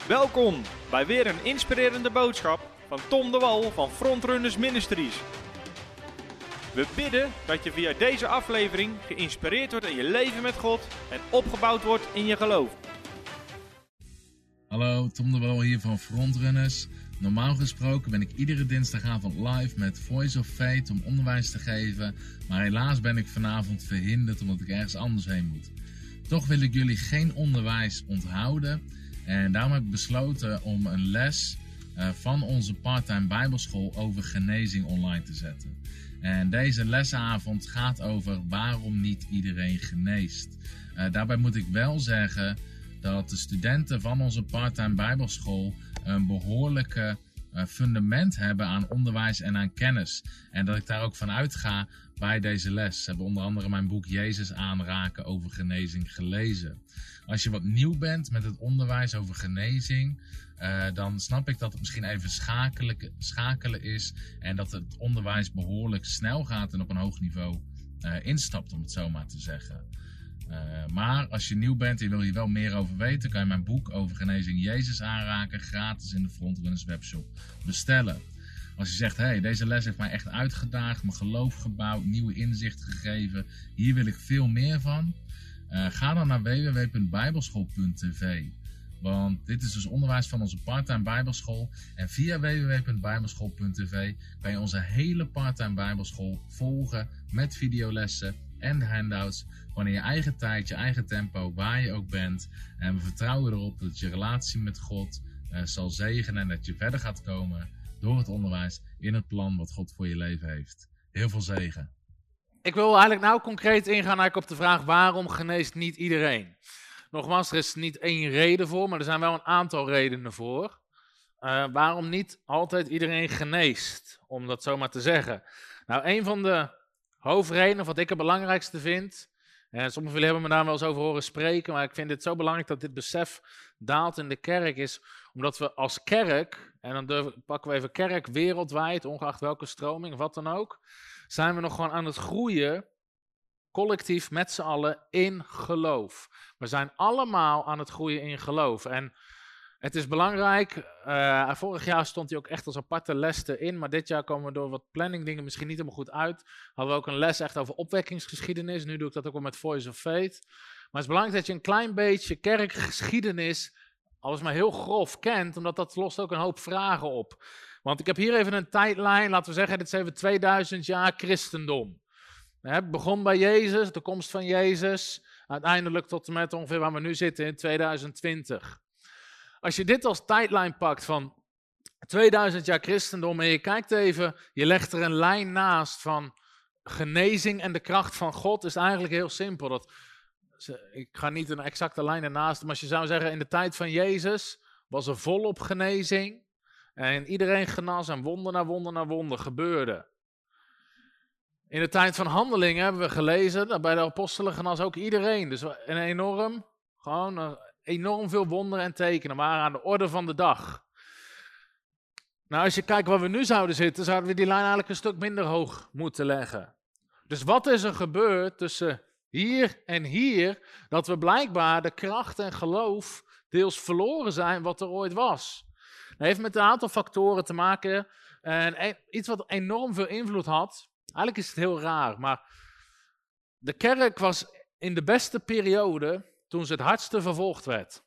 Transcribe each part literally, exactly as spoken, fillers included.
Welkom bij weer een inspirerende boodschap van Tom de Wal van Frontrunners Ministries. We bidden dat je via deze aflevering geïnspireerd wordt in je leven met God en opgebouwd wordt in je geloof. Hallo, Tom de Wal hier van Frontrunners. Normaal gesproken ben ik iedere dinsdagavond live met Voice of Faith om onderwijs te geven. Maar helaas ben ik vanavond verhinderd omdat ik ergens anders heen moet. Toch wil ik jullie geen onderwijs onthouden. En daarom heb ik besloten om een les uh, van onze parttime bijbelschool over genezing online te zetten. En deze lesavond gaat over waarom niet iedereen geneest. Uh, daarbij moet ik wel zeggen dat de studenten van onze parttime bijbelschool een behoorlijke uh, fundament hebben aan onderwijs en aan kennis. En dat ik daar ook van uitga bij deze les. Ze hebben onder andere mijn boek Jezus aanraken over genezing gelezen. Als je wat nieuw bent met het onderwijs over genezing, uh, dan snap ik dat het misschien even schakelen, schakelen is en dat het onderwijs behoorlijk snel gaat en op een hoog niveau uh, instapt, om het zo maar te zeggen. Uh, maar als je nieuw bent en je wil hier wel meer over weten, kan je mijn boek over genezing Jezus aanraken gratis in de Frontrunners webshop bestellen. Als je zegt, hey, deze les heeft mij echt uitgedaagd, mijn geloof gebouwd, nieuwe inzicht gegeven, hier wil ik veel meer van. Uh, ga dan naar w w w punt bijbelschool punt t v. Want dit is dus onderwijs van onze parttime bijbelschool. En via w w w punt bijbelschool punt t v kan je onze hele parttime bijbelschool volgen met videolessen en de handouts. Gewoon in je eigen tijd, je eigen tempo, waar je ook bent. En we vertrouwen erop dat je relatie met God uh, zal zegenen en dat je verder gaat komen door het onderwijs in het plan wat God voor je leven heeft. Heel veel zegen. Ik wil eigenlijk nou concreet ingaan eigenlijk op de vraag waarom geneest niet iedereen. Nogmaals, er is niet één reden voor, maar er zijn wel een aantal redenen voor. Uh, waarom niet altijd iedereen geneest, om dat zo maar te zeggen. Nou, een van de hoofdredenen, wat ik het belangrijkste vind, en sommigen jullie hebben me daar wel eens over horen spreken, maar ik vind het zo belangrijk dat dit besef daalt in de kerk is, omdat we als kerk, en dan durven, pakken we even kerk wereldwijd, ongeacht welke stroming of wat dan ook, zijn we nog gewoon aan het groeien, collectief met z'n allen, in geloof. We zijn allemaal aan het groeien in geloof. En het is belangrijk, uh, vorig jaar stond hij ook echt als aparte les erin, maar dit jaar komen we door wat planning dingen misschien niet helemaal goed uit. Hadden we ook een les echt over opwekkingsgeschiedenis, nu doe ik dat ook wel met Voice of Faith. Maar het is belangrijk dat je een klein beetje kerkgeschiedenis, alles maar heel grof, kent, omdat dat lost ook een hoop vragen op. Want ik heb hier even een tijdlijn, laten we zeggen, dit is even tweeduizend jaar christendom. Het begon bij Jezus, de komst van Jezus, uiteindelijk tot en met ongeveer waar we nu zitten in tweeduizend twintig. Als je dit als tijdlijn pakt van tweeduizend jaar christendom en je kijkt even, je legt er een lijn naast van genezing en de kracht van God, is eigenlijk heel simpel. Dat, ik ga niet een exacte lijn ernaast, maar als je zou zeggen in de tijd van Jezus was er volop genezing. En iedereen genas en wonder na wonder na wonder gebeurde. In de tijd van Handelingen hebben we gelezen, dat bij de apostelen genas ook iedereen. Dus een enorm, gewoon enorm veel wonderen en tekenen waren aan de orde van de dag. Nou, als je kijkt waar we nu zouden zitten, zouden we die lijn eigenlijk een stuk minder hoog moeten leggen. Dus wat is er gebeurd tussen hier en hier, dat we blijkbaar de kracht en geloof deels verloren zijn wat er ooit was? Dat heeft met een aantal factoren te maken. En iets wat enorm veel invloed had. Eigenlijk is het heel raar. Maar de kerk was in de beste periode toen ze het hardste vervolgd werd.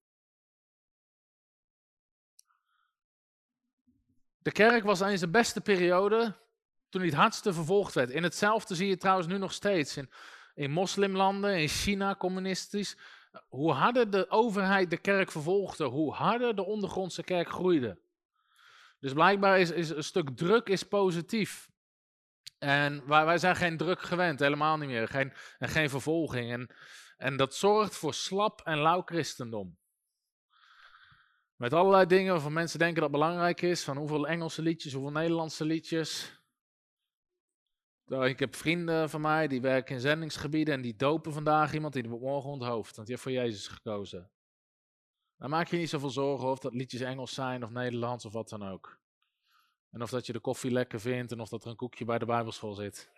De kerk was in zijn beste periode toen hij het hardste vervolgd werd. In hetzelfde zie je trouwens nu nog steeds. In, in moslimlanden, in China, communistisch. Hoe harder de overheid de kerk vervolgde, hoe harder de ondergrondse kerk groeide. Dus blijkbaar is, is een stuk druk is positief. En wij, wij zijn geen druk gewend, helemaal niet meer. Geen, en geen vervolging. En, en dat zorgt voor slap en lauw christendom. Met allerlei dingen waarvan mensen denken dat het belangrijk is. Van hoeveel Engelse liedjes, hoeveel Nederlandse liedjes. Ik heb vrienden van mij die werken in zendingsgebieden en die dopen vandaag iemand die wordt morgen onthoofd, want die heeft voor Jezus gekozen. Dan maak je niet zoveel zorgen of dat liedjes Engels zijn of Nederlands of wat dan ook. En of dat je de koffie lekker vindt en of dat er een koekje bij de Bijbelschool zit.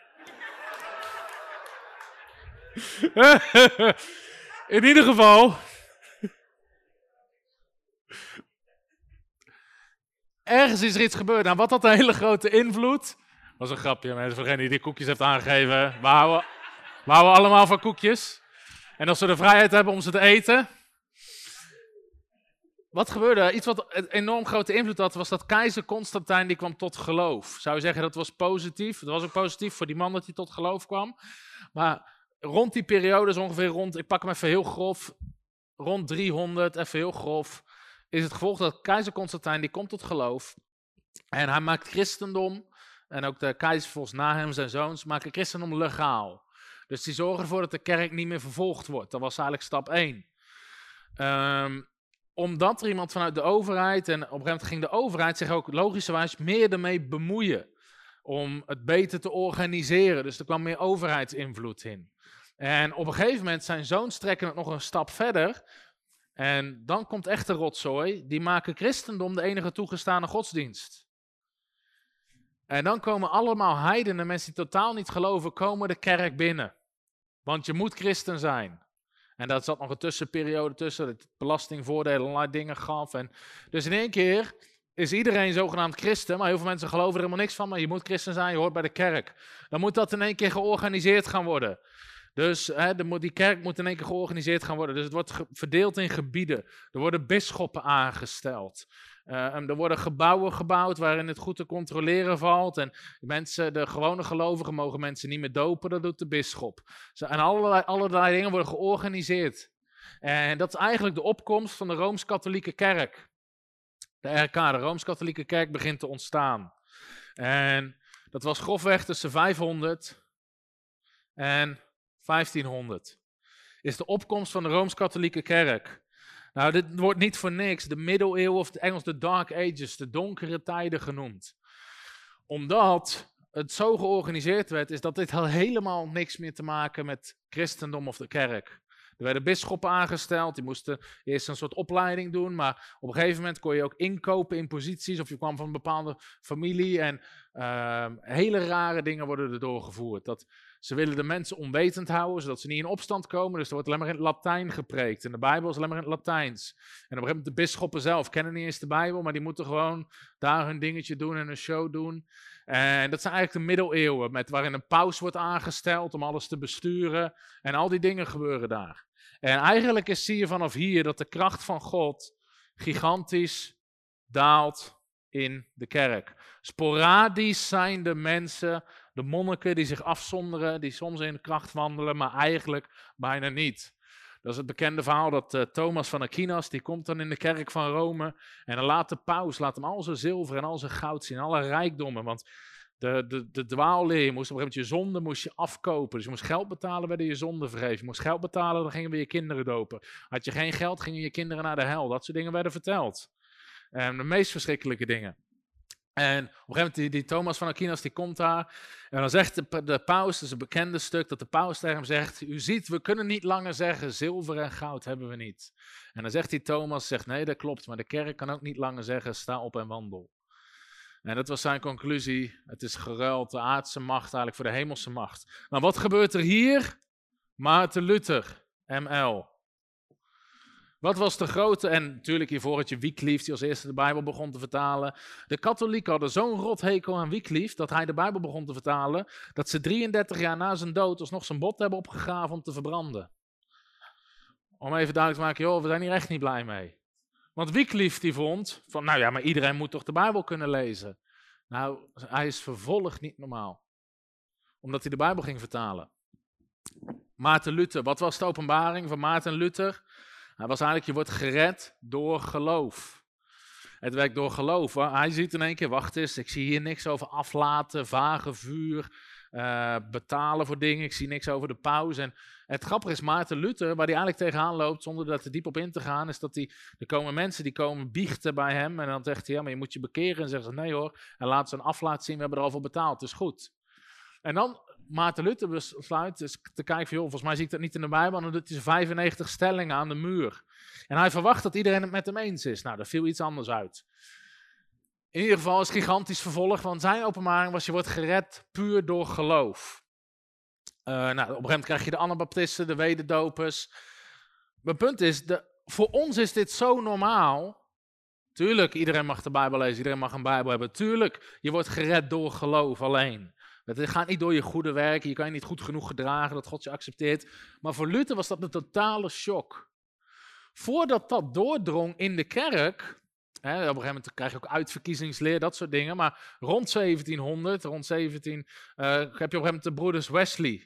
In ieder geval, ergens is er iets gebeurd. Nou, wat had een hele grote invloed? Dat was een grapje, mensen. Voor degene die die koekjes heeft aangegeven. We houden, we houden allemaal van koekjes. En als we de vrijheid hebben om ze te eten. Wat gebeurde? Iets wat een enorm grote invloed had, was dat keizer Constantijn die kwam tot geloof. Zou je zeggen dat was positief? Dat was ook positief voor die man dat hij tot geloof kwam. Maar rond die periode, zo ongeveer rond, ik pak hem even heel grof, rond driehonderd, even heel grof, is het gevolg dat keizer Constantijn die komt tot geloof. En hij maakt christendom, en ook de keizer volgens na hem, zijn zoons, maken christendom legaal. Dus die zorgen ervoor dat de kerk niet meer vervolgd wordt. Dat was eigenlijk stap één. Um, omdat er iemand vanuit de overheid, en op een gegeven moment ging de overheid zich ook logischerwijs meer ermee bemoeien. Om het beter te organiseren. Dus er kwam meer overheidsinvloed in. En op een gegeven moment zijn zoons trekken het nog een stap verder. En dan komt echt de rotzooi. Die maken christendom de enige toegestane godsdienst. En dan komen allemaal heidenen, mensen die totaal niet geloven, komen de kerk binnen. Want je moet christen zijn. En daar zat nog een tussenperiode tussen, dat belastingvoordelen, allerlei dingen gaf. En dus in één keer is iedereen zogenaamd christen, maar heel veel mensen geloven er helemaal niks van. Maar je moet christen zijn, je hoort bij de kerk. Dan moet dat in één keer georganiseerd gaan worden. Dus hè, de, die kerk moet in één keer georganiseerd gaan worden. Dus het wordt ge- verdeeld in gebieden. Er worden bisschoppen aangesteld. Uh, er worden gebouwen gebouwd waarin het goed te controleren valt. En mensen, de gewone gelovigen mogen mensen niet meer dopen, dat doet de bisschop. Zo, en allerlei, allerlei dingen worden georganiseerd. En dat is eigenlijk de opkomst van de Rooms-Katholieke Kerk. De R K, de Rooms-Katholieke Kerk, begint te ontstaan. En dat was grofweg tussen vijfhonderd en vijftienhonderd. Is de opkomst van de Rooms-Katholieke Kerk. Nou, dit wordt niet voor niks de middeleeuwen of het Engels de Dark Ages, de donkere tijden genoemd. Omdat het zo georganiseerd werd, is dat dit had helemaal niks meer te maken met christendom of de kerk. Er werden bisschoppen aangesteld, die moesten eerst een soort opleiding doen, maar op een gegeven moment kon je ook inkopen in posities, of je kwam van een bepaalde familie en uh, hele rare dingen worden er doorgevoerd. Dat ze willen de mensen onwetend houden, zodat ze niet in opstand komen, dus er wordt alleen maar in het Latijn gepreekt. En de Bijbel is alleen maar in het Latijns. En op een gegeven moment de bisschoppen zelf kennen niet eens de Bijbel, maar die moeten gewoon daar hun dingetje doen en een show doen. En dat zijn eigenlijk de middeleeuwen, met, waarin een paus wordt aangesteld om alles te besturen. En al die dingen gebeuren daar. En eigenlijk is, zie je vanaf hier dat de kracht van God gigantisch daalt in de kerk. Sporadisch zijn de mensen, de monniken die zich afzonderen, die soms in de kracht wandelen, maar eigenlijk bijna niet. Dat is het bekende verhaal dat uh, Thomas van Aquinas, die komt dan in de kerk van Rome en dan laat de paus, laat hem al zijn zilver en al zijn goud zien, alle rijkdommen, want de, de, de dwaalleer, je moest op een gegeven moment je zonde moest je afkopen, dus je moest geld betalen, werden je zonde vergeven, je moest geld betalen, dan gingen we je kinderen dopen. Had je geen geld, gingen je kinderen naar de hel, dat soort dingen werden verteld. En de meest verschrikkelijke dingen. En op een gegeven moment, die, die Thomas van Aquinas, die komt daar. En dan zegt de, de paus, dat is een bekende stuk, dat de paus tegen hem zegt, u ziet, we kunnen niet langer zeggen, zilver en goud hebben we niet. En dan zegt die Thomas, zegt, nee, dat klopt, maar de kerk kan ook niet langer zeggen, sta op en wandel. En dat was zijn conclusie, het is geruild, de aardse macht eigenlijk voor de hemelse macht. Maar wat gebeurt er hier? Maarten Luther, M L. Wat was de grote, en natuurlijk hiervoor had je Wycliffe die als eerste de Bijbel begon te vertalen. De katholieken hadden zo'n rothekel aan Wycliffe dat hij de Bijbel begon te vertalen, dat ze drieëndertig jaar na zijn dood alsnog zijn bot hebben opgegraven om te verbranden. Om even duidelijk te maken, joh, we zijn hier echt niet blij mee. Want Wycliffe die vond, van nou ja, maar iedereen moet toch de Bijbel kunnen lezen. Nou, hij is vervolgd niet normaal. Omdat hij de Bijbel ging vertalen. Maarten Luther, wat was de openbaring van Maarten Luther? Hij was eigenlijk, je wordt gered door geloof. Het werkt door geloof. Hoor. Hij ziet in één keer, wacht eens, ik zie hier niks over aflaten, vage vuur, uh, betalen voor dingen. Ik zie niks over de paus. En het grappige is, Maarten Luther, waar hij eigenlijk tegenaan loopt, zonder daar te diep op in te gaan, is dat die, er komen mensen die komen biechten bij hem. En dan zegt hij, ja, maar je moet je bekeren. En zeggen ze, nee hoor. En laat ze een aflaat zien, we hebben er al voor betaald, het is goed. En dan Maarten Luther besluit dus te kijken van, joh, volgens mij zie ik dat niet in de Bijbel. En dan doet hij zijn vijfennegentig stellingen aan de muur. En hij verwacht dat iedereen het met hem eens is. Nou, daar viel iets anders uit. In ieder geval is het gigantisch vervolg, want zijn openbaring was, je wordt gered puur door geloof. Uh, nou, op een gegeven moment krijg je de Anabaptisten, de wederdopers. Mijn punt is, de, voor ons is dit zo normaal. Tuurlijk, iedereen mag de Bijbel lezen, iedereen mag een Bijbel hebben. Tuurlijk, je wordt gered door geloof alleen. Het gaat niet door je goede werken, je kan je niet goed genoeg gedragen dat God je accepteert. Maar voor Luther was dat een totale shock. Voordat dat doordrong in de kerk, hè, op een gegeven moment krijg je ook uitverkiezingsleer, dat soort dingen. Maar rond zeventienhonderd, rond zeventien, uh, heb je op een gegeven moment de broeders Wesley.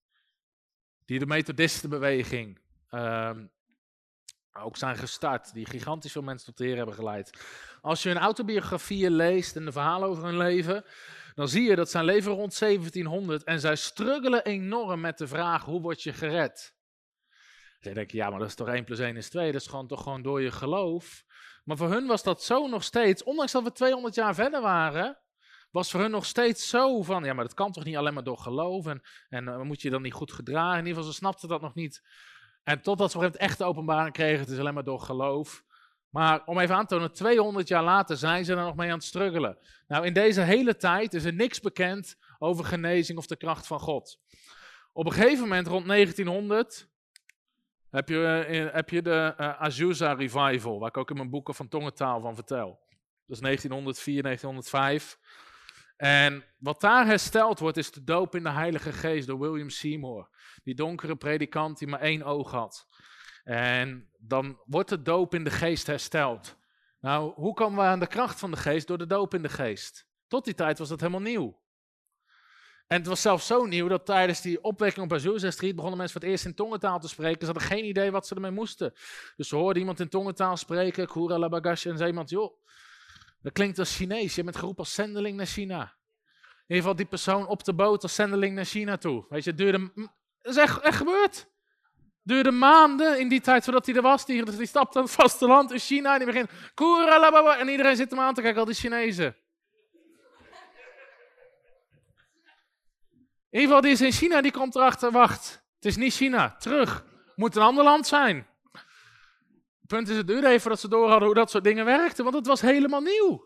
Die de Methodistenbeweging uh, ook zijn gestart. Die gigantisch veel mensen tot de Heer hebben geleid. Als je hun autobiografieën leest en de verhalen over hun leven, dan zie je dat zijn leven rond zeventienhonderd. En zij struggelen enorm met de vraag, hoe word je gered? Dan denk je, ja, maar dat is toch één plus één is twee. Dat is gewoon, toch gewoon door je geloof. Maar voor hun was dat zo nog steeds, ondanks dat we tweehonderd jaar verder waren, was voor hun nog steeds zo van, ja, maar dat kan toch niet alleen maar door geloof. En, en uh, moet je dan niet goed gedragen? In ieder geval, ze snapten dat nog niet. En totdat ze op een gegeven moment echt openbaring kregen, het is alleen maar door geloof. Maar om even aan te tonen, tweehonderd jaar later zijn ze er nog mee aan het struggelen. Nou, in deze hele tijd is er niks bekend over genezing of de kracht van God. Op een gegeven moment, rond negentienhonderd, heb je, uh, heb je de uh, Azusa Revival, waar ik ook in mijn boeken van tongentaal van vertel. Dat is negentienhonderdvier, negentienhonderdvijf. En wat daar hersteld wordt, is de doop in de Heilige Geest door William Seymour. Die donkere predikant die maar één oog had. En dan wordt de doop in de geest hersteld. Nou, hoe komen we aan de kracht van de geest? Door de doop in de geest. Tot die tijd was dat helemaal nieuw. En het was zelfs zo nieuw dat tijdens die opwekking op Azusa Street begonnen mensen voor het eerst in tongentaal te spreken. Ze hadden geen idee wat ze ermee moesten. Dus ze hoorden iemand in tongentaal spreken, Kura Labagash, en zei iemand, joh, dat klinkt als Chinees. Je bent geroepen als zendeling naar China. In ieder geval die persoon op de boot als zendeling naar China toe. Weet je, het duurde... Dat is echt, echt gebeurd. Het duurde maanden in die tijd voordat hij er was. Die, die stapte aan het vasteland in China en die begint... Kura Lababa, en iedereen zit hem aan te kijken, al die Chinezen. In ieder geval, die is in China, die komt erachter, wacht. Het is niet China, terug. Moet een ander land zijn. Het punt is, het duurde even voordat ze door hadden hoe dat soort dingen werkten, want het was helemaal nieuw.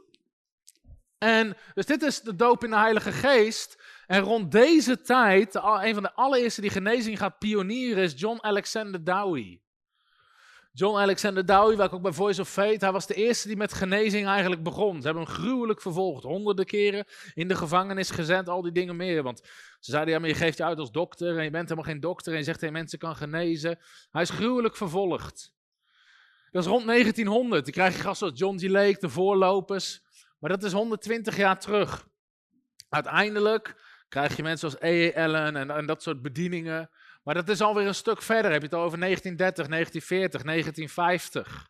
En dus dit is de doop in de Heilige Geest. En rond deze tijd, een van de allereerste die genezing gaat pionieren, is John Alexander Dowie. John Alexander Dowie, waar ik ook bij Voice of Faith, hij was de eerste die met genezing eigenlijk begon. Ze hebben hem gruwelijk vervolgd, honderden keren in de gevangenis gezet, al die dingen meer. Want ze zeiden, ja, maar je geeft je uit als dokter en je bent helemaal geen dokter en je zegt dat je mensen kan genezen. Hij is gruwelijk vervolgd. Dat is rond negentienhonderd. Dan krijg je gasten als John G. Lake, de voorlopers. Maar dat is honderdtwintig jaar terug. Uiteindelijk krijg je mensen als A A Allen en, en dat soort bedieningen. Maar dat is alweer een stuk verder. Heb je het al over negentien dertig, negentien veertig, negentien vijftig.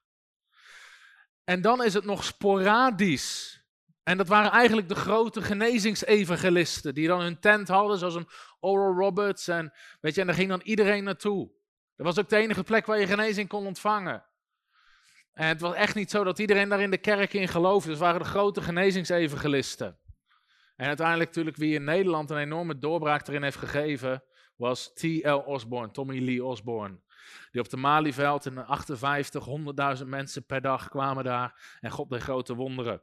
En dan is het nog sporadisch. En dat waren eigenlijk de grote genezingsevangelisten. Die dan hun tent hadden, zoals een Oral Roberts. En, weet je, en daar ging dan iedereen naartoe. Dat was ook de enige plek waar je genezing kon ontvangen. En het was echt niet zo dat iedereen daar in de kerk in geloofde. Dus het waren de grote genezingsevangelisten. En uiteindelijk natuurlijk wie in Nederland een enorme doorbraak erin heeft gegeven, was T L Osborne, Tommy Lee Osborne. Die op de Malieveld in achtenvijftig, honderdduizend mensen per dag kwamen daar en God deed grote wonderen.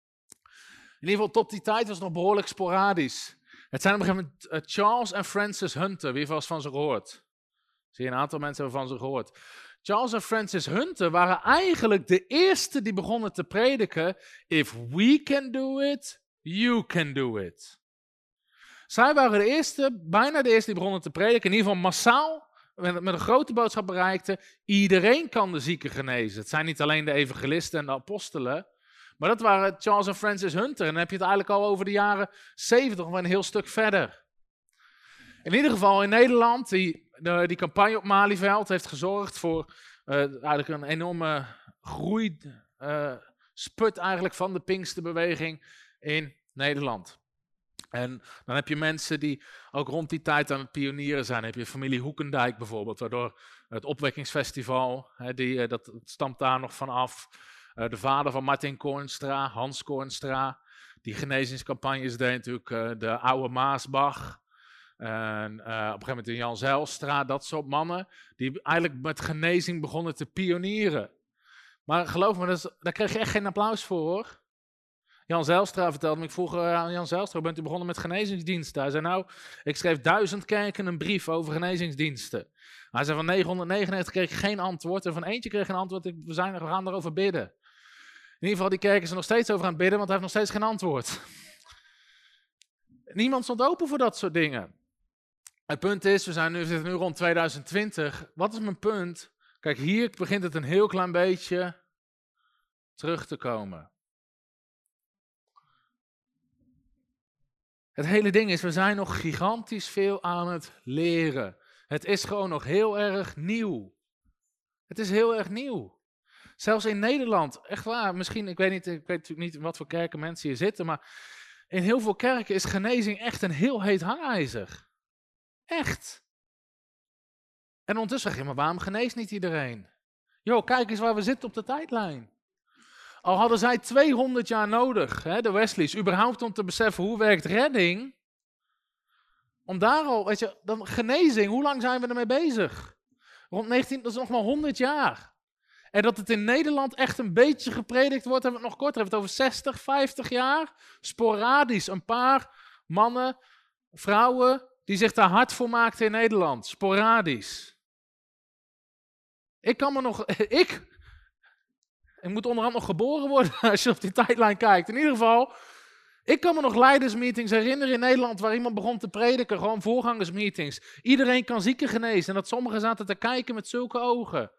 In ieder geval tot die tijd was het nog behoorlijk sporadisch. Het zijn op een gegeven moment uh, Charles en Francis Hunter, wie heeft wel eens van ze gehoord? Zie je, een aantal mensen hebben van ze gehoord. Charles en Francis Hunter waren eigenlijk de eerste die begonnen te prediken, if we can do it, you can do it. Zij waren de eerste, bijna de eerste die begonnen te prediken, in ieder geval massaal, met, met een grote boodschap bereikten. Iedereen kan de zieken genezen. Het zijn niet alleen de evangelisten en de apostelen, maar dat waren Charles en Francis Hunter. En dan heb je het eigenlijk al over de jaren zeventig of een heel stuk verder. In ieder geval in Nederland, die, de, die campagne op Malieveld heeft gezorgd voor uh, eigenlijk een enorme groei, uh, sput eigenlijk van de Pinksterbeweging in Nederland. En dan heb je mensen die ook rond die tijd aan het pionieren zijn. Dan heb je familie Hoekendijk bijvoorbeeld, waardoor het opwekkingsfestival, hè, die, dat het stamt daar nog van af. Uh, de vader van Martin Koornstra, Hans Koornstra, die genezingscampagnes deed natuurlijk uh, de oude Maasbach. En uh, op een gegeven moment in Jan Zijlstra, dat soort mannen, die eigenlijk met genezing begonnen te pionieren. Maar geloof me, dat is, daar kreeg je echt geen applaus voor, hoor. Jan Zijlstra vertelde me, ik vroeg aan Jan Zijlstra, bent u begonnen met genezingsdiensten? Hij zei, nou, ik schreef duizend kerken een brief over genezingsdiensten. Hij zei, van negenhonderdnegenennegentig kreeg ik geen antwoord en van eentje kreeg ik een antwoord, we, zijn, we gaan erover bidden. In ieder geval, die kerk is er nog steeds over aan het bidden, want hij heeft nog steeds geen antwoord. Niemand stond open voor dat soort dingen. Het punt is, we, zijn nu, we zitten nu rond tweeduizend twintig. Wat is mijn punt? Kijk, hier begint het een heel klein beetje terug te komen. Het hele ding is, we zijn nog gigantisch veel aan het leren. Het is gewoon nog heel erg nieuw. Het is heel erg nieuw. Zelfs in Nederland, echt waar, misschien, ik weet, niet, ik weet natuurlijk niet in wat voor kerken mensen hier zitten, maar in heel veel kerken is genezing echt een heel heet hangijzer. Echt. En ondertussen zeg je, maar waarom geneest niet iedereen? Jo, kijk eens waar we zitten op de tijdlijn. Al hadden zij tweehonderd jaar nodig, hè, de Wesleys, überhaupt om te beseffen hoe werkt redding. Om daar al, weet je, dan genezing, hoe lang zijn we ermee bezig? Rond negentien, dat is nog maar honderd jaar. En dat het in Nederland echt een beetje gepredikt wordt, hebben we het nog korter, hebben we het over zestig, vijftig jaar. Sporadisch, een paar mannen, vrouwen, die zich daar hard voor maakten in Nederland. Sporadisch. Ik kan me nog, ik, ik moet onderhand nog geboren worden als je op die tijdlijn kijkt. In ieder geval, ik kan me nog leidersmeetings herinneren in Nederland waar iemand begon te prediken, gewoon voorgangersmeetings. Iedereen kan zieken genezen en dat sommigen zaten te kijken met zulke ogen.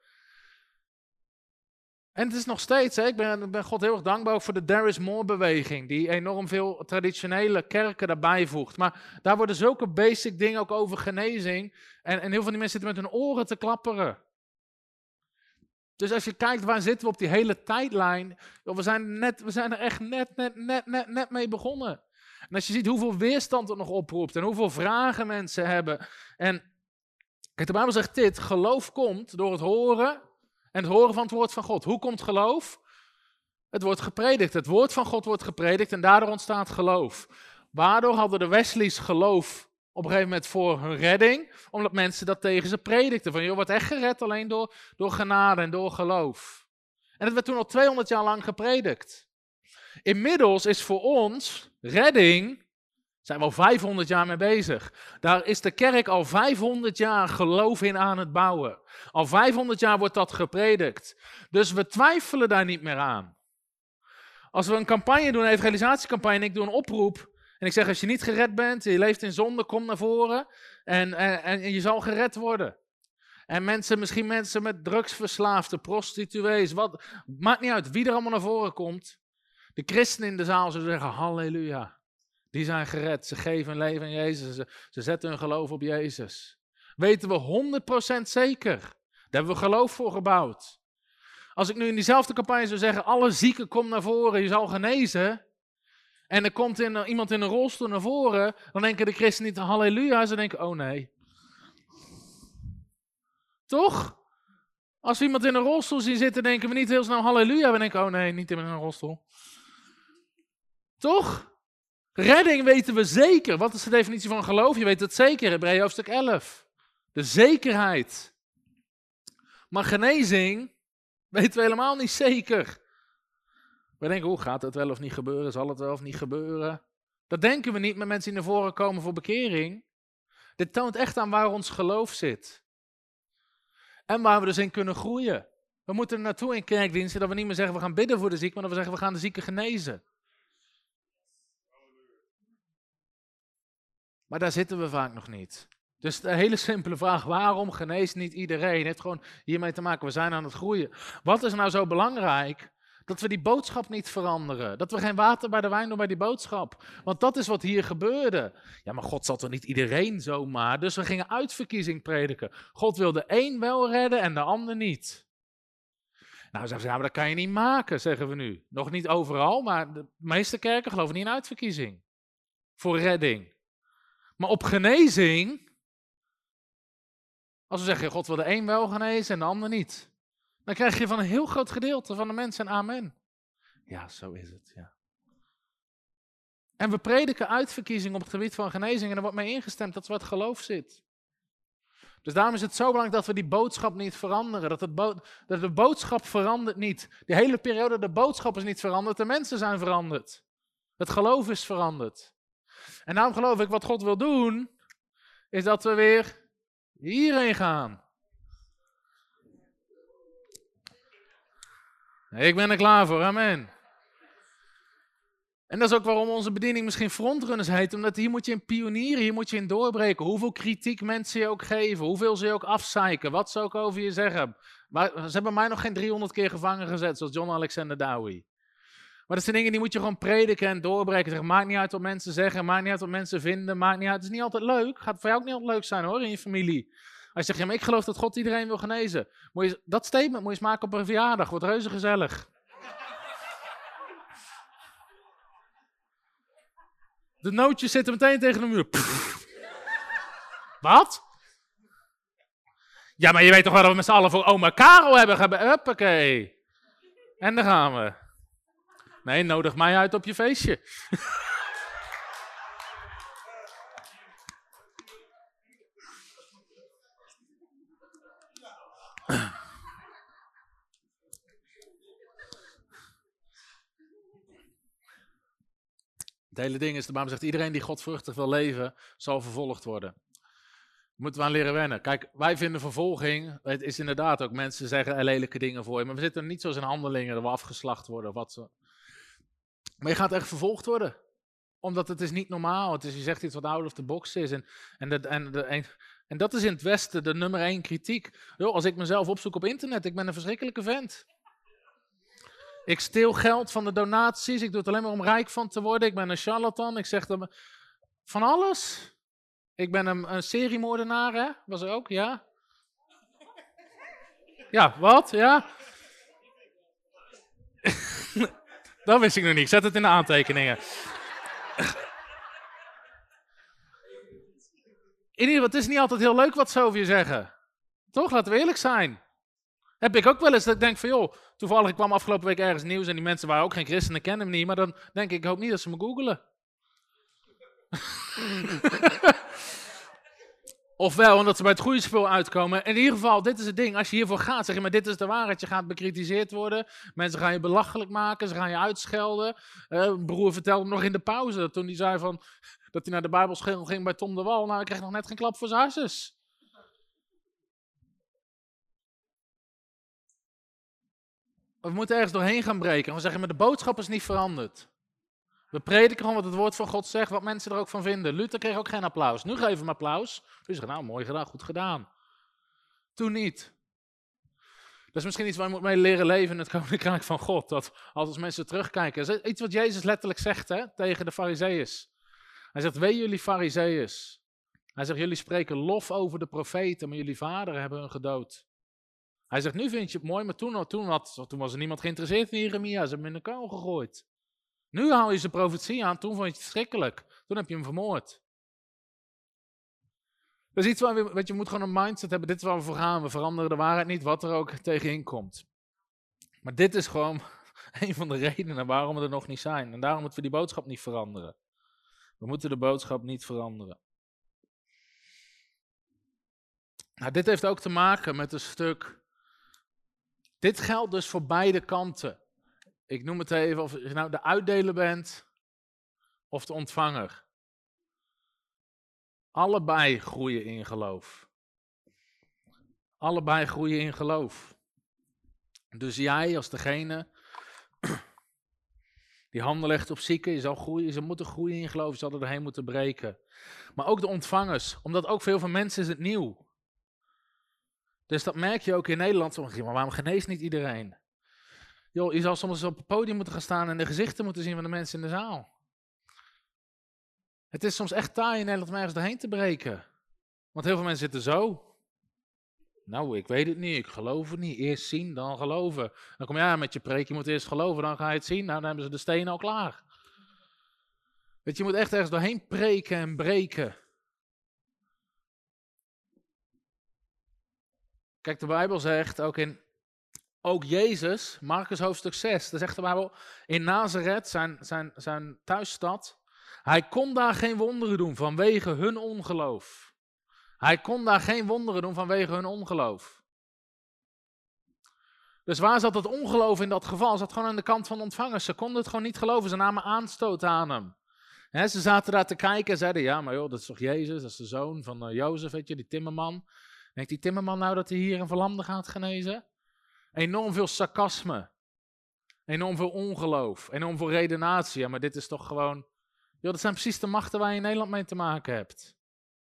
En het is nog steeds, hè, ik ben, ben God heel erg dankbaar ook voor de There is More beweging, die enorm veel traditionele kerken daarbij voegt. Maar daar worden zulke basic dingen ook over genezing en, en heel veel van die mensen zitten met hun oren te klapperen. Dus als je kijkt, waar zitten we op die hele tijdlijn? We zijn, net, we zijn er echt net, net, net, net, net mee begonnen. En als je ziet hoeveel weerstand het nog oproept en hoeveel vragen mensen hebben. En kijk, de Bijbel zegt dit, geloof komt door het horen en het horen van het woord van God. Hoe komt geloof? Het wordt gepredikt. Het woord van God wordt gepredikt en daardoor ontstaat geloof. Waardoor hadden de Wesleys geloof op een gegeven moment voor hun redding, omdat mensen dat tegen ze predikten. Van, je wordt echt gered alleen door, door genade en door geloof. En het werd toen al tweehonderd jaar lang gepredikt. Inmiddels is voor ons redding, zijn we al vijfhonderd jaar mee bezig. Daar is de kerk al vijfhonderd jaar geloof in aan het bouwen. Al vijfhonderd jaar wordt dat gepredikt. Dus we twijfelen daar niet meer aan. Als we een campagne doen, een evangelisatiecampagne, en ik doe een oproep, en ik zeg, als je niet gered bent, je leeft in zonde, kom naar voren en, en, en je zal gered worden. En mensen, misschien mensen met drugsverslaafden, prostituees, wat, maakt niet uit wie er allemaal naar voren komt. De christenen in de zaal zullen zeggen, halleluja, die zijn gered, ze geven hun leven aan Jezus, ze, ze zetten hun geloof op Jezus. Weten we honderd procent zeker, daar hebben we geloof voor gebouwd. Als ik nu in diezelfde campagne zou zeggen, alle zieken kom naar voren, je zal genezen. En er komt in, uh, iemand in een rolstoel naar voren, dan denken de christenen niet halleluja, ze denken, oh nee. Toch? Als we iemand in een rolstoel zien zitten, denken we niet heel snel halleluja, we denken, oh nee, niet in een rolstoel. Toch? Redding weten we zeker. Wat is de definitie van geloof? Je weet het zeker, Hebreeën hoofdstuk elf. De zekerheid. Maar genezing weten we helemaal niet zeker. We denken, hoe gaat het wel of niet gebeuren? Zal het wel of niet gebeuren? Dat denken we niet met mensen die naar voren komen voor bekering. Dit toont echt aan waar ons geloof zit. En waar we dus in kunnen groeien. We moeten er naartoe in kerkdiensten dat we niet meer zeggen, we gaan bidden voor de zieken, maar dat we zeggen, we gaan de zieken genezen. Maar daar zitten we vaak nog niet. Dus de hele simpele vraag, waarom geneest niet iedereen? Heeft gewoon hiermee te maken, we zijn aan het groeien. Wat is nou zo belangrijk? Dat we die boodschap niet veranderen. Dat we geen water bij de wijn doen bij die boodschap. Want dat is wat hier gebeurde. Ja, maar God zal toch niet iedereen zomaar. Dus we gingen uitverkiezing prediken. God wil de een wel redden en de ander niet. Nou, zeggen ze, ja, maar dat kan je niet maken, zeggen we nu. Nog niet overal, maar de meeste kerken geloven niet in uitverkiezing. Voor redding. Maar op genezing, als we zeggen, God wil de een wel genezen en de ander niet. Dan krijg je van een heel groot gedeelte van de mensen een amen. Ja, zo is het, ja. En we prediken uitverkiezing op het gebied van genezing en er wordt mee ingestemd dat is waar het geloof zit. Dus daarom is het zo belangrijk dat we die boodschap niet veranderen. Dat, het bo- dat de boodschap verandert niet. De hele periode, de boodschap is niet veranderd, de mensen zijn veranderd. Het geloof is veranderd. En daarom geloof ik, wat God wil doen, is dat we weer hierheen gaan. Ik ben er klaar voor, amen. En dat is ook waarom onze bediening misschien frontrunners heet, omdat hier moet je in pionieren, hier moet je in doorbreken. Hoeveel kritiek mensen je ook geven, hoeveel ze je ook afzeiken, wat ze ook over je zeggen. Maar ze hebben mij nog geen driehonderd keer gevangen gezet, zoals John Alexander Dowie. Maar dat zijn dingen die moet je gewoon prediken en doorbreken. Zeg, maakt niet uit wat mensen zeggen, maakt niet uit wat mensen vinden, maakt niet uit. Het is niet altijd leuk, gaat voor jou ook niet altijd leuk zijn hoor, in je familie. Als je zegt, ja, maar ik geloof dat God iedereen wil genezen. Moet je, dat statement moet je eens maken op een verjaardag, wordt reuze gezellig. De nootjes zitten meteen tegen de muur. Pff. Wat? Ja, maar je weet toch wel dat we met z'n allen voor oma Karel hebben gebeden. Huppakee. En daar gaan we. Nee, nodig mij uit op je feestje. Het hele ding is, de Bijbel zegt, iedereen die godvruchtig wil leven, zal vervolgd worden. Moeten we aan leren wennen. Kijk, wij vinden vervolging, het is inderdaad ook, mensen zeggen er lelijke dingen voor je, maar we zitten niet zoals in handelingen, dat we afgeslacht worden of wat zo. Maar je gaat echt vervolgd worden. Omdat het is niet normaal. Het is, je zegt iets wat out of the box is. En, en, de, en, de, en, en dat is in het Westen de nummer één kritiek. Yo, als ik mezelf opzoek op internet, ik ben een verschrikkelijke vent. Ik steel geld van de donaties. Ik doe het alleen maar om rijk van te worden. Ik ben een charlatan. Ik zeg dan van alles. Ik ben een, een seriemoordenaar, hè? Was er ook, ja? Ja, wat? Ja? Dat wist ik nog niet. Ik zet het in de aantekeningen. In ieder geval, het is niet altijd heel leuk wat ze over je zeggen. Toch? Laten we eerlijk zijn. Heb ik ook wel eens dat ik denk van, joh, toevallig ik kwam afgelopen week ergens nieuws en die mensen waren ook geen christenen, kennen me niet, maar dan denk ik, ik hoop niet dat ze me googelen. Ofwel, omdat ze bij het goede spul uitkomen. In ieder geval, dit is het ding. Als je hiervoor gaat, zeg je, maar dit is de waarheid. Je gaat bekritiseerd worden. Mensen gaan je belachelijk maken. Ze gaan je uitschelden. Uh, een broer vertelde me nog in de pauze, toen hij zei van, dat hij naar de Bijbelschool ging bij Tom de Wal. Nou, ik kreeg nog net geen klap voor zijn harses. We moeten ergens doorheen gaan breken. We zeggen, maar de boodschap is niet veranderd. We prediken gewoon wat het woord van God zegt, wat mensen er ook van vinden. Luther kreeg ook geen applaus. Nu geven we hem applaus. Dus zegt, nou, mooi gedaan, goed gedaan. Toen niet. Dat is misschien iets waar je moet mee leren leven in het koninkrijk van God. Dat als mensen terugkijken. Dat is iets wat Jezus letterlijk zegt hè, tegen de Farizeeërs. Hij zegt, wee jullie Farizeeërs. Hij zegt, jullie spreken lof over de profeten, maar jullie vaderen hebben hun gedood. Hij zegt, nu vind je het mooi, maar toen, toen, had, toen was er niemand geïnteresseerd in Jeremia. Ze hebben hem in de kuil gegooid. Nu haal je zijn profetie aan, toen vond je het verschrikkelijk. Toen heb je hem vermoord. Dat is iets waar we, weet je, je moet gewoon een mindset hebben. Dit is waar we voor gaan. We veranderen de waarheid niet, wat er ook tegenin komt. Maar dit is gewoon een van de redenen waarom we er nog niet zijn. En daarom moeten we die boodschap niet veranderen. We moeten de boodschap niet veranderen. Nou, dit heeft ook te maken met een stuk. Dit geldt dus voor beide kanten. Ik noem het even, of je nou de uitdeler bent of de ontvanger. Allebei groeien in geloof. Allebei groeien in geloof. Dus jij als degene die handen legt op zieken, je zal groeien, je zal moeten groeien in geloof, je zal er doorheen moeten breken. Maar ook de ontvangers, omdat ook veel van mensen is het nieuw. Dus dat merk je ook in Nederland. Maar waarom geneest niet iedereen? Joh, je zal soms op het podium moeten gaan staan en de gezichten moeten zien van de mensen in de zaal. Het is soms echt taai in Nederland om ergens doorheen te breken. Want heel veel mensen zitten zo. Nou, ik weet het niet, ik geloof het niet. Eerst zien, dan geloven. Dan kom je ja, met je preek, je moet eerst geloven, dan ga je het zien. Nou, dan hebben ze de stenen al klaar. Weet je, je moet echt ergens doorheen preken en breken. Kijk, de Bijbel zegt ook in, ook Jezus, Marcus hoofdstuk zes, daar zegt de Bijbel, in Nazareth, zijn, zijn, zijn thuisstad, hij kon daar geen wonderen doen vanwege hun ongeloof. Hij kon daar geen wonderen doen vanwege hun ongeloof. Dus waar zat het ongeloof in dat geval? Zat gewoon aan de kant van de ontvangers. Ze konden het gewoon niet geloven, ze namen aanstoot aan hem. He, ze zaten daar te kijken en zeiden, ja, maar joh, dat is toch Jezus, dat is de zoon van uh, Jozef, weet je, die timmerman. Denkt die timmerman nou dat hij hier een verlamde gaat genezen? Enorm veel sarcasme. Enorm veel ongeloof. Enorm veel redenatie. Ja, maar dit is toch gewoon... Joh, dat zijn precies de machten waar je in Nederland mee te maken hebt.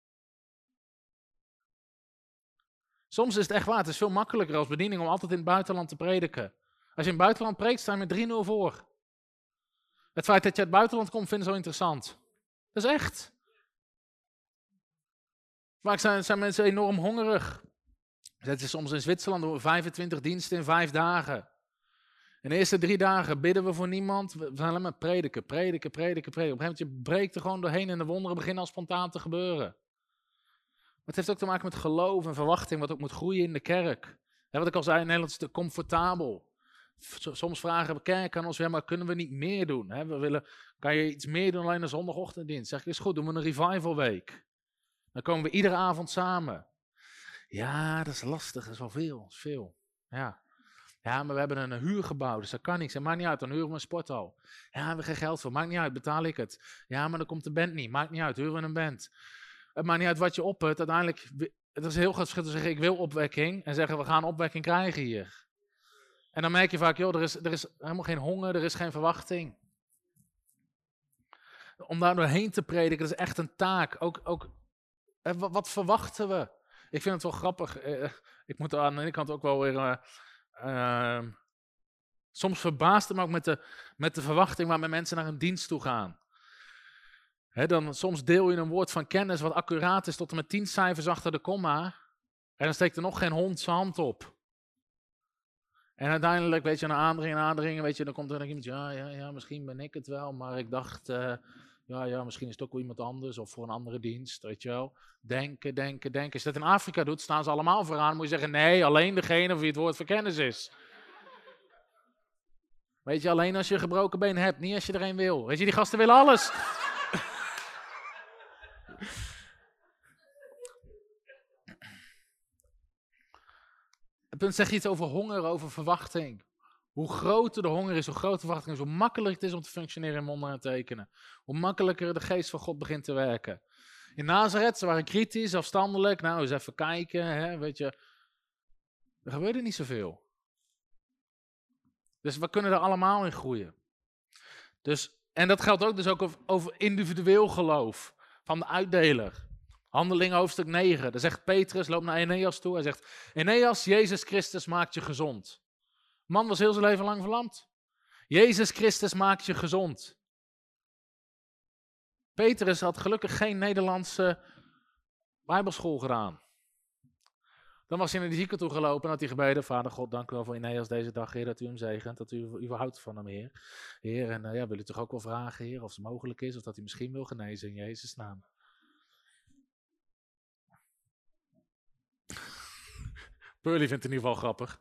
Soms is het echt waar. Het is veel makkelijker als bediening om altijd in het buitenland te prediken. Als je in het buitenland preekt, sta je met drie nul voor. Het feit dat je uit het buitenland komt, vinden ze zo interessant. Dat is echt. Vaak zijn, zijn mensen enorm hongerig. Het is soms in Zwitserland doen we vijfentwintig diensten in vijf dagen. In de eerste drie dagen bidden we voor niemand. We zijn alleen maar prediken, prediken, prediken, prediken. Op een gegeven moment je breekt er gewoon doorheen en de wonderen beginnen al spontaan te gebeuren. Maar het heeft ook te maken met geloof en verwachting, wat ook moet groeien in de kerk. He, wat ik al zei, in Nederland is het te comfortabel. Soms vragen we kerk aan ons, ja, maar kunnen we niet meer doen? He, we willen, kan je iets meer doen alleen een zondagochtenddienst? Zeg ik, is goed, doen we een revival week. Dan komen we iedere avond samen. Ja, dat is lastig, dat is wel veel, dat is veel. Ja. Ja, maar we hebben een huurgebouw, dus dat kan niet. Zeg, maakt niet uit, dan huren we een sporthal. Ja, we hebben geen geld voor, maakt niet uit, betaal ik het. Ja, maar dan komt de band niet, maakt niet uit, huren we een band. Het maakt niet uit wat je opput, uiteindelijk, het is een heel groot verschil te zeggen, ik wil opwekking, en zeggen, we gaan opwekking krijgen hier. En dan merk je vaak, joh, er is, er is helemaal geen honger, er is geen verwachting. Om daar doorheen te prediken, dat is echt een taak. Ook, ook wat, wat verwachten we? Ik vind het wel grappig, eh, ik moet er aan de ene kant ook wel weer... Uh, Uh, soms verbaast het me ook met de, met de verwachting waarmee mensen naar een dienst toe gaan. He, dan, soms deel je een woord van kennis wat accuraat is tot en met tien cijfers achter de komma. En dan steekt er nog geen hond zijn hand op. En uiteindelijk, weet je, na aandringen en aandringen, weet je, dan komt er iemand, ja, ja, ja, misschien ben ik het wel, maar ik dacht, uh, ja, ja, misschien is het ook wel iemand anders of voor een andere dienst, weet je wel. Denken, denken, denken. Als je dat in Afrika doet, staan ze allemaal vooraan. Moet je zeggen, nee, alleen degene voor wie het woord van kennis is. Weet je, alleen als je een gebroken been hebt, niet als je er een wil. Weet je, die gasten willen alles. Het punt zegt iets over honger, over verwachting. Hoe groter de honger is, hoe groter de verwachting is, hoe makkelijker het is om te functioneren in wonderen en tekenen. Hoe makkelijker de geest van God begint te werken. In Nazareth, ze waren kritisch, afstandelijk. Nou, eens even kijken, hè, weet je. Er gebeurde niet zoveel. Dus we kunnen er allemaal in groeien. Dus, en dat geldt ook dus ook over, over individueel geloof van de uitdeler. Handelingen hoofdstuk negen. Daar zegt Petrus, loopt naar Eneas toe. Hij zegt, Eneas, Jezus Christus maakt je gezond. Man was heel zijn leven lang verlamd. Jezus Christus maakt je gezond. Petrus had gelukkig geen Nederlandse bijbelschool gedaan. Dan was hij naar de zieke toe gelopen en had hij gebeden. Vader God, dank u wel voor Eneas deze dag, Heer, dat u hem zegent. Dat u, u houdt van hem, Heer. Heer, en uh, ja, wil u toch ook wel vragen, Heer, of het mogelijk is. Of dat hij misschien wil genezen in Jezus' naam. Pearly vindt het in ieder geval grappig.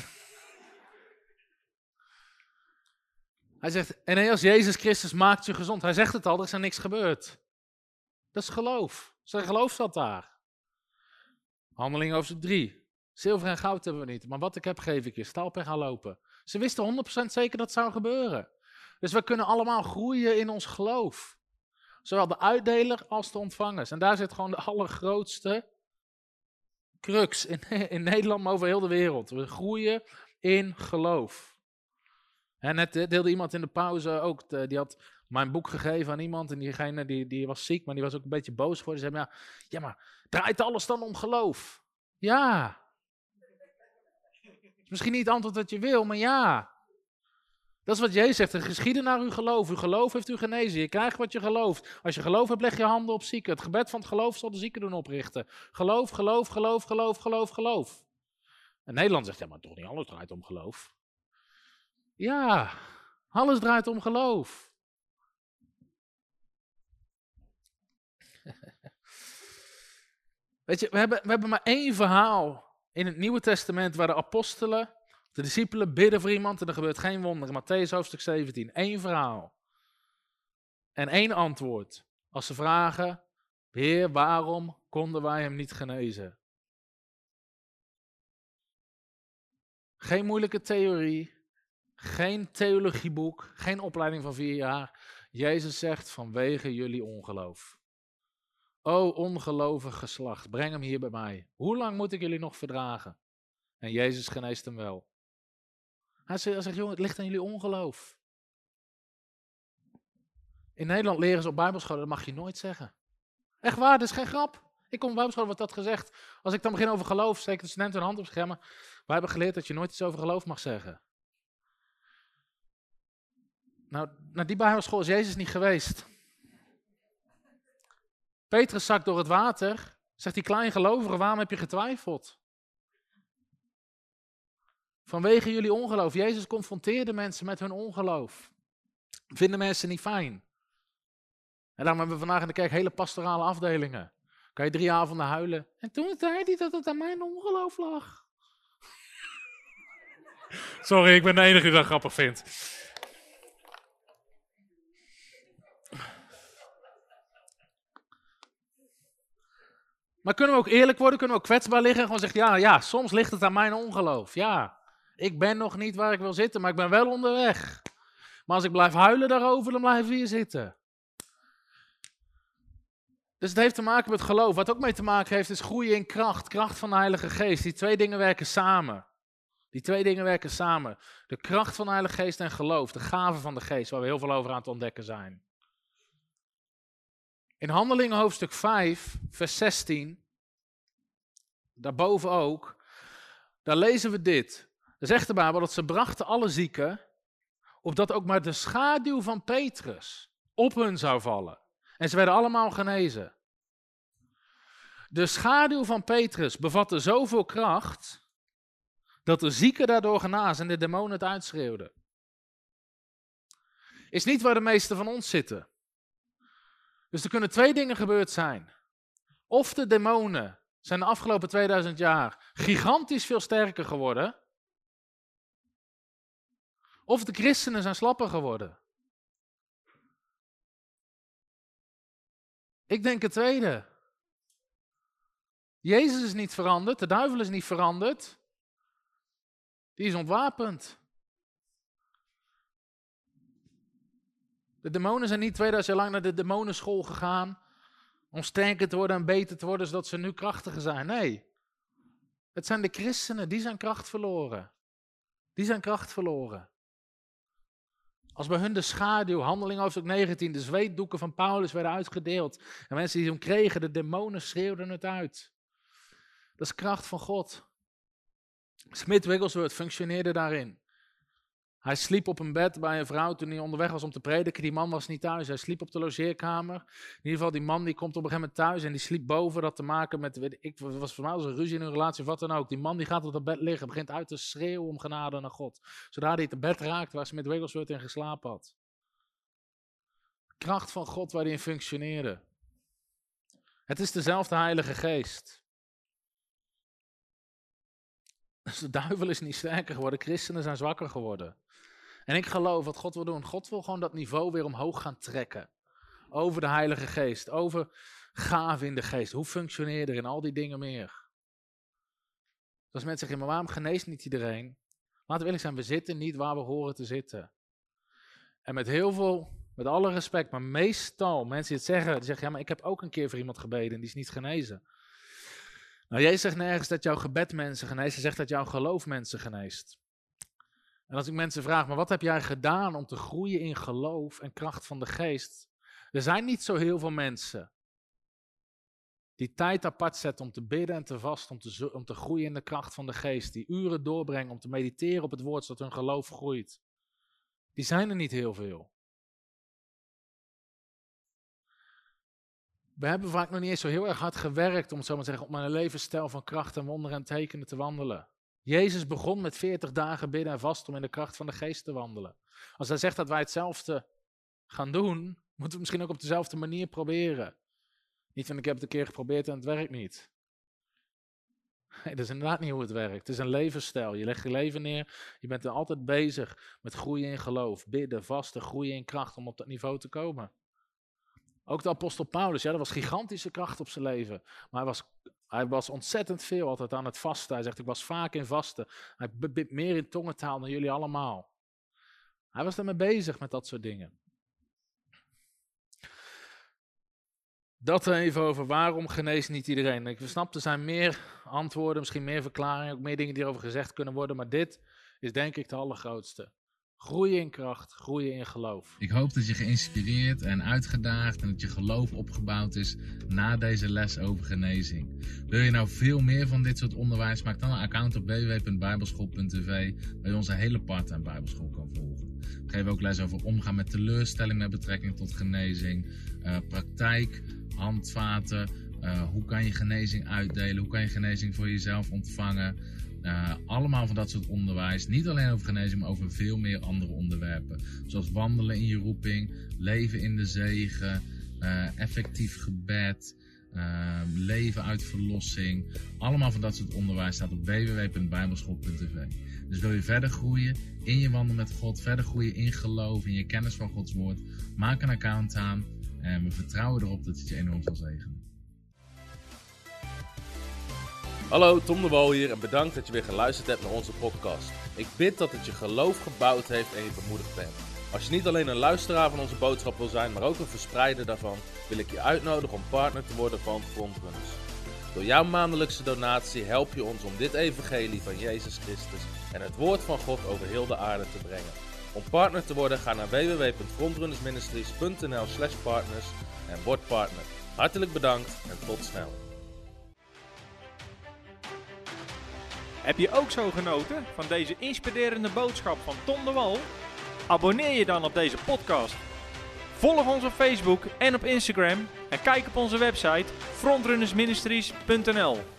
Hij zegt, Eneas, Jezus Christus maakt je gezond. Hij zegt het al, er is er niks gebeurd. Dat is geloof. Zijn geloof zat daar. Handeling hoofdstuk drie. Zilver en goud hebben we niet, maar wat ik heb geef ik je. Sta op en ga lopen. Ze wisten honderd procent zeker dat het zou gebeuren. Dus we kunnen allemaal groeien in ons geloof. Zowel de uitdeler als de ontvangers. En daar zit gewoon de allergrootste crux in, in Nederland, maar over heel de wereld. We groeien in geloof. En net deelde iemand in de pauze ook, de, die had mijn boek gegeven aan iemand en diegene die, die was ziek, maar die was ook een beetje boos geworden. Ze zei, ja, ja, maar draait alles dan om geloof? Ja. Is misschien niet het antwoord dat je wil, maar ja. Dat is wat Jezus zegt, er geschieden naar uw geloof. Uw geloof heeft u genezen, je krijgt wat je gelooft. Als je geloof hebt, leg je handen op zieken. Het gebed van het geloof zal de zieken doen oprichten. Geloof, geloof, geloof, geloof, geloof, geloof. En Nederland zegt, ja, maar toch niet alles draait om geloof. Ja, alles draait om geloof. Weet je, we hebben, we hebben maar één verhaal in het Nieuwe Testament waar de apostelen, de discipelen bidden voor iemand en er gebeurt geen wonder. Mattheüs hoofdstuk zeventien, één verhaal. En één antwoord. Als ze vragen, Heer, waarom konden wij hem niet genezen? Geen moeilijke theorie. Geen theologieboek, geen opleiding van vier jaar. Jezus zegt vanwege jullie ongeloof. O ongelovig geslacht, breng hem hier bij mij. Hoe lang moet ik jullie nog verdragen? En Jezus geneest hem wel. Hij zegt, hij zegt, jongen, het ligt aan jullie ongeloof. In Nederland leren ze op bijbelscholen, dat mag je nooit zeggen. Echt waar, dat is geen grap. Ik kom op bijbelschool, wordt dat gezegd. Als ik dan begin over geloof, steek de studenten hun hand op schermen. Wij hebben geleerd dat je nooit iets over geloof mag zeggen. Nou, naar die bijbelschool is Jezus niet geweest. Petrus zakt door het water. Zegt die kleingelovige, waarom heb je getwijfeld? Vanwege jullie ongeloof. Jezus confronteerde mensen met hun ongeloof. Vinden mensen niet fijn. En daarom hebben we vandaag in de kerk hele pastorale afdelingen. Kan je drie avonden huilen. En toen zei hij dat het aan mijn ongeloof lag. Sorry, ik ben de enige die dat grappig vindt. Maar kunnen we ook eerlijk worden? Kunnen we ook kwetsbaar liggen en gewoon zeggen, ja, ja, soms ligt het aan mijn ongeloof. Ja, ik ben nog niet waar ik wil zitten, maar ik ben wel onderweg. Maar als ik blijf huilen daarover, dan blijf ik hier zitten. Dus het heeft te maken met geloof. Wat ook mee te maken heeft, is groeien in kracht. Kracht van de Heilige Geest. Die twee dingen werken samen. Die twee dingen werken samen. De kracht van de Heilige Geest en geloof. De gaven van de Geest, waar we heel veel over aan het ontdekken zijn. In Handelingen hoofdstuk vijf, vers zestien, daarboven ook, daar lezen we dit. Er zegt de Bijbel dat ze brachten alle zieken, opdat ook maar de schaduw van Petrus op hun zou vallen. En ze werden allemaal genezen. De schaduw van Petrus bevatte zoveel kracht, dat de zieken daardoor genazen en de demonen het uitschreeuwden. Is niet waar de meesten van ons zitten. Dus er kunnen twee dingen gebeurd zijn. Of de demonen zijn de afgelopen tweeduizend jaar gigantisch veel sterker geworden. Of de christenen zijn slapper geworden. Ik denk het tweede. Jezus is niet veranderd, de duivel is niet veranderd. Die is ontwapend. De demonen zijn niet tweeduizend jaar lang naar de demonenschool gegaan om sterker te worden en beter te worden, zodat ze nu krachtiger zijn. Nee, het zijn de christenen, die zijn kracht verloren. Die zijn kracht verloren. Als bij hun de schaduw, Handelingen hoofdstuk negentien, de zweetdoeken van Paulus werden uitgedeeld. En mensen die hem kregen, de demonen schreeuwden het uit. Dat is kracht van God. Smith Wigglesworth functioneerde daarin. Hij sliep op een bed bij een vrouw toen hij onderweg was om te prediken. Die man was niet thuis, hij sliep op de logeerkamer. In ieder geval, die man die komt op een gegeven moment thuis en die sliep boven. Dat te maken met, weet ik, was voor mij als een ruzie in hun relatie of wat dan ook. Die man die gaat op dat bed liggen, begint uit te schreeuwen om genade naar God. Zodra hij het bed raakt waar Smith Wigglesworth in geslapen had. Kracht van God waar hij in functioneerde. Het is dezelfde Heilige Geest. Dus de duivel is niet sterker geworden, christenen zijn zwakker geworden. En ik geloof wat God wil doen. God wil gewoon dat niveau weer omhoog gaan trekken. Over de Heilige Geest, over gaven in de geest. Hoe functioneer je er in al die dingen meer? Dus als mensen zeggen, maar waarom geneest niet iedereen? Laten we eerlijk zijn, we zitten niet waar we horen te zitten. En met heel veel, met alle respect, maar meestal mensen die het zeggen, die zeggen, ja, maar ik heb ook een keer voor iemand gebeden en die is niet genezen. Nou, Jezus zegt nergens dat jouw gebed mensen geneest, hij zegt dat jouw geloof mensen geneest. En als ik mensen vraag, maar wat heb jij gedaan om te groeien in geloof en kracht van de geest? Er zijn niet zo heel veel mensen die tijd apart zetten om te bidden en te vasten, om te, om te groeien in de kracht van de geest. Die uren doorbrengen om te mediteren op het woord, zodat hun geloof groeit. Die zijn er niet heel veel. We hebben vaak nog niet eens zo heel erg hard gewerkt, om het zo maar te zeggen, om een levensstijl van kracht en wonderen en tekenen te wandelen. Jezus begon met veertig dagen bidden en vasten om in de kracht van de geest te wandelen. Als hij zegt dat wij hetzelfde gaan doen, moeten we misschien ook op dezelfde manier proberen. Niet van ik heb het een keer geprobeerd en het werkt niet. Nee, dat is inderdaad niet hoe het werkt. Het is een levensstijl. Je legt je leven neer, je bent er altijd bezig met groeien in geloof, bidden, vasten, groeien in kracht om op dat niveau te komen. Ook de apostel Paulus, ja, dat was gigantische kracht op zijn leven. Maar hij was, hij was ontzettend veel altijd aan het vasten. Hij zegt, ik was vaak in vasten. Hij bidt meer in tongentaal dan jullie allemaal. Hij was ermee bezig met dat soort dingen. Dat even over waarom geneest niet iedereen. Ik snap, er zijn meer antwoorden, misschien meer verklaringen, ook meer dingen die erover gezegd kunnen worden. Maar dit is denk ik de allergrootste. Groeien in kracht, groeien in geloof. Ik hoop dat je geïnspireerd en uitgedaagd en dat je geloof opgebouwd is na deze les over genezing. Wil je nou veel meer van dit soort onderwijs? Maak dan een account op w w w punt bijbelschool punt t v waar je onze hele part-time bijbelschool kan volgen. We geven ook les over omgaan met teleurstelling met betrekking tot genezing, uh, praktijk, handvaten, uh, hoe kan je genezing uitdelen, hoe kan je genezing voor jezelf ontvangen. Uh, allemaal van dat soort onderwijs. Niet alleen over genezing, maar over veel meer andere onderwerpen. Zoals wandelen in je roeping, leven in de zegen, uh, effectief gebed, uh, leven uit verlossing. Allemaal van dat soort onderwijs staat op w w w punt bijbelschool punt t v. Dus wil je verder groeien in je wandel met God, verder groeien in geloof, in je kennis van Gods woord, maak een account aan en we vertrouwen erop dat het je enorm zal zegenen. Hallo, Tom de Wal hier en bedankt dat je weer geluisterd hebt naar onze podcast. Ik bid dat het je geloof gebouwd heeft en je bemoedigd bent. Als je niet alleen een luisteraar van onze boodschap wil zijn, maar ook een verspreider daarvan, wil ik je uitnodigen om partner te worden van Frontrunners. Door jouw maandelijkse donatie help je ons om dit evangelie van Jezus Christus en het woord van God over heel de aarde te brengen. Om partner te worden, ga naar w w w punt frontrunnersministries punt n l slash partners en word partner. Hartelijk bedankt en tot snel. Heb je ook zo genoten van deze inspirerende boodschap van Tom de Wal? Abonneer je dan op deze podcast. Volg ons op Facebook en op Instagram en kijk op onze website frontrunnersministries punt n l.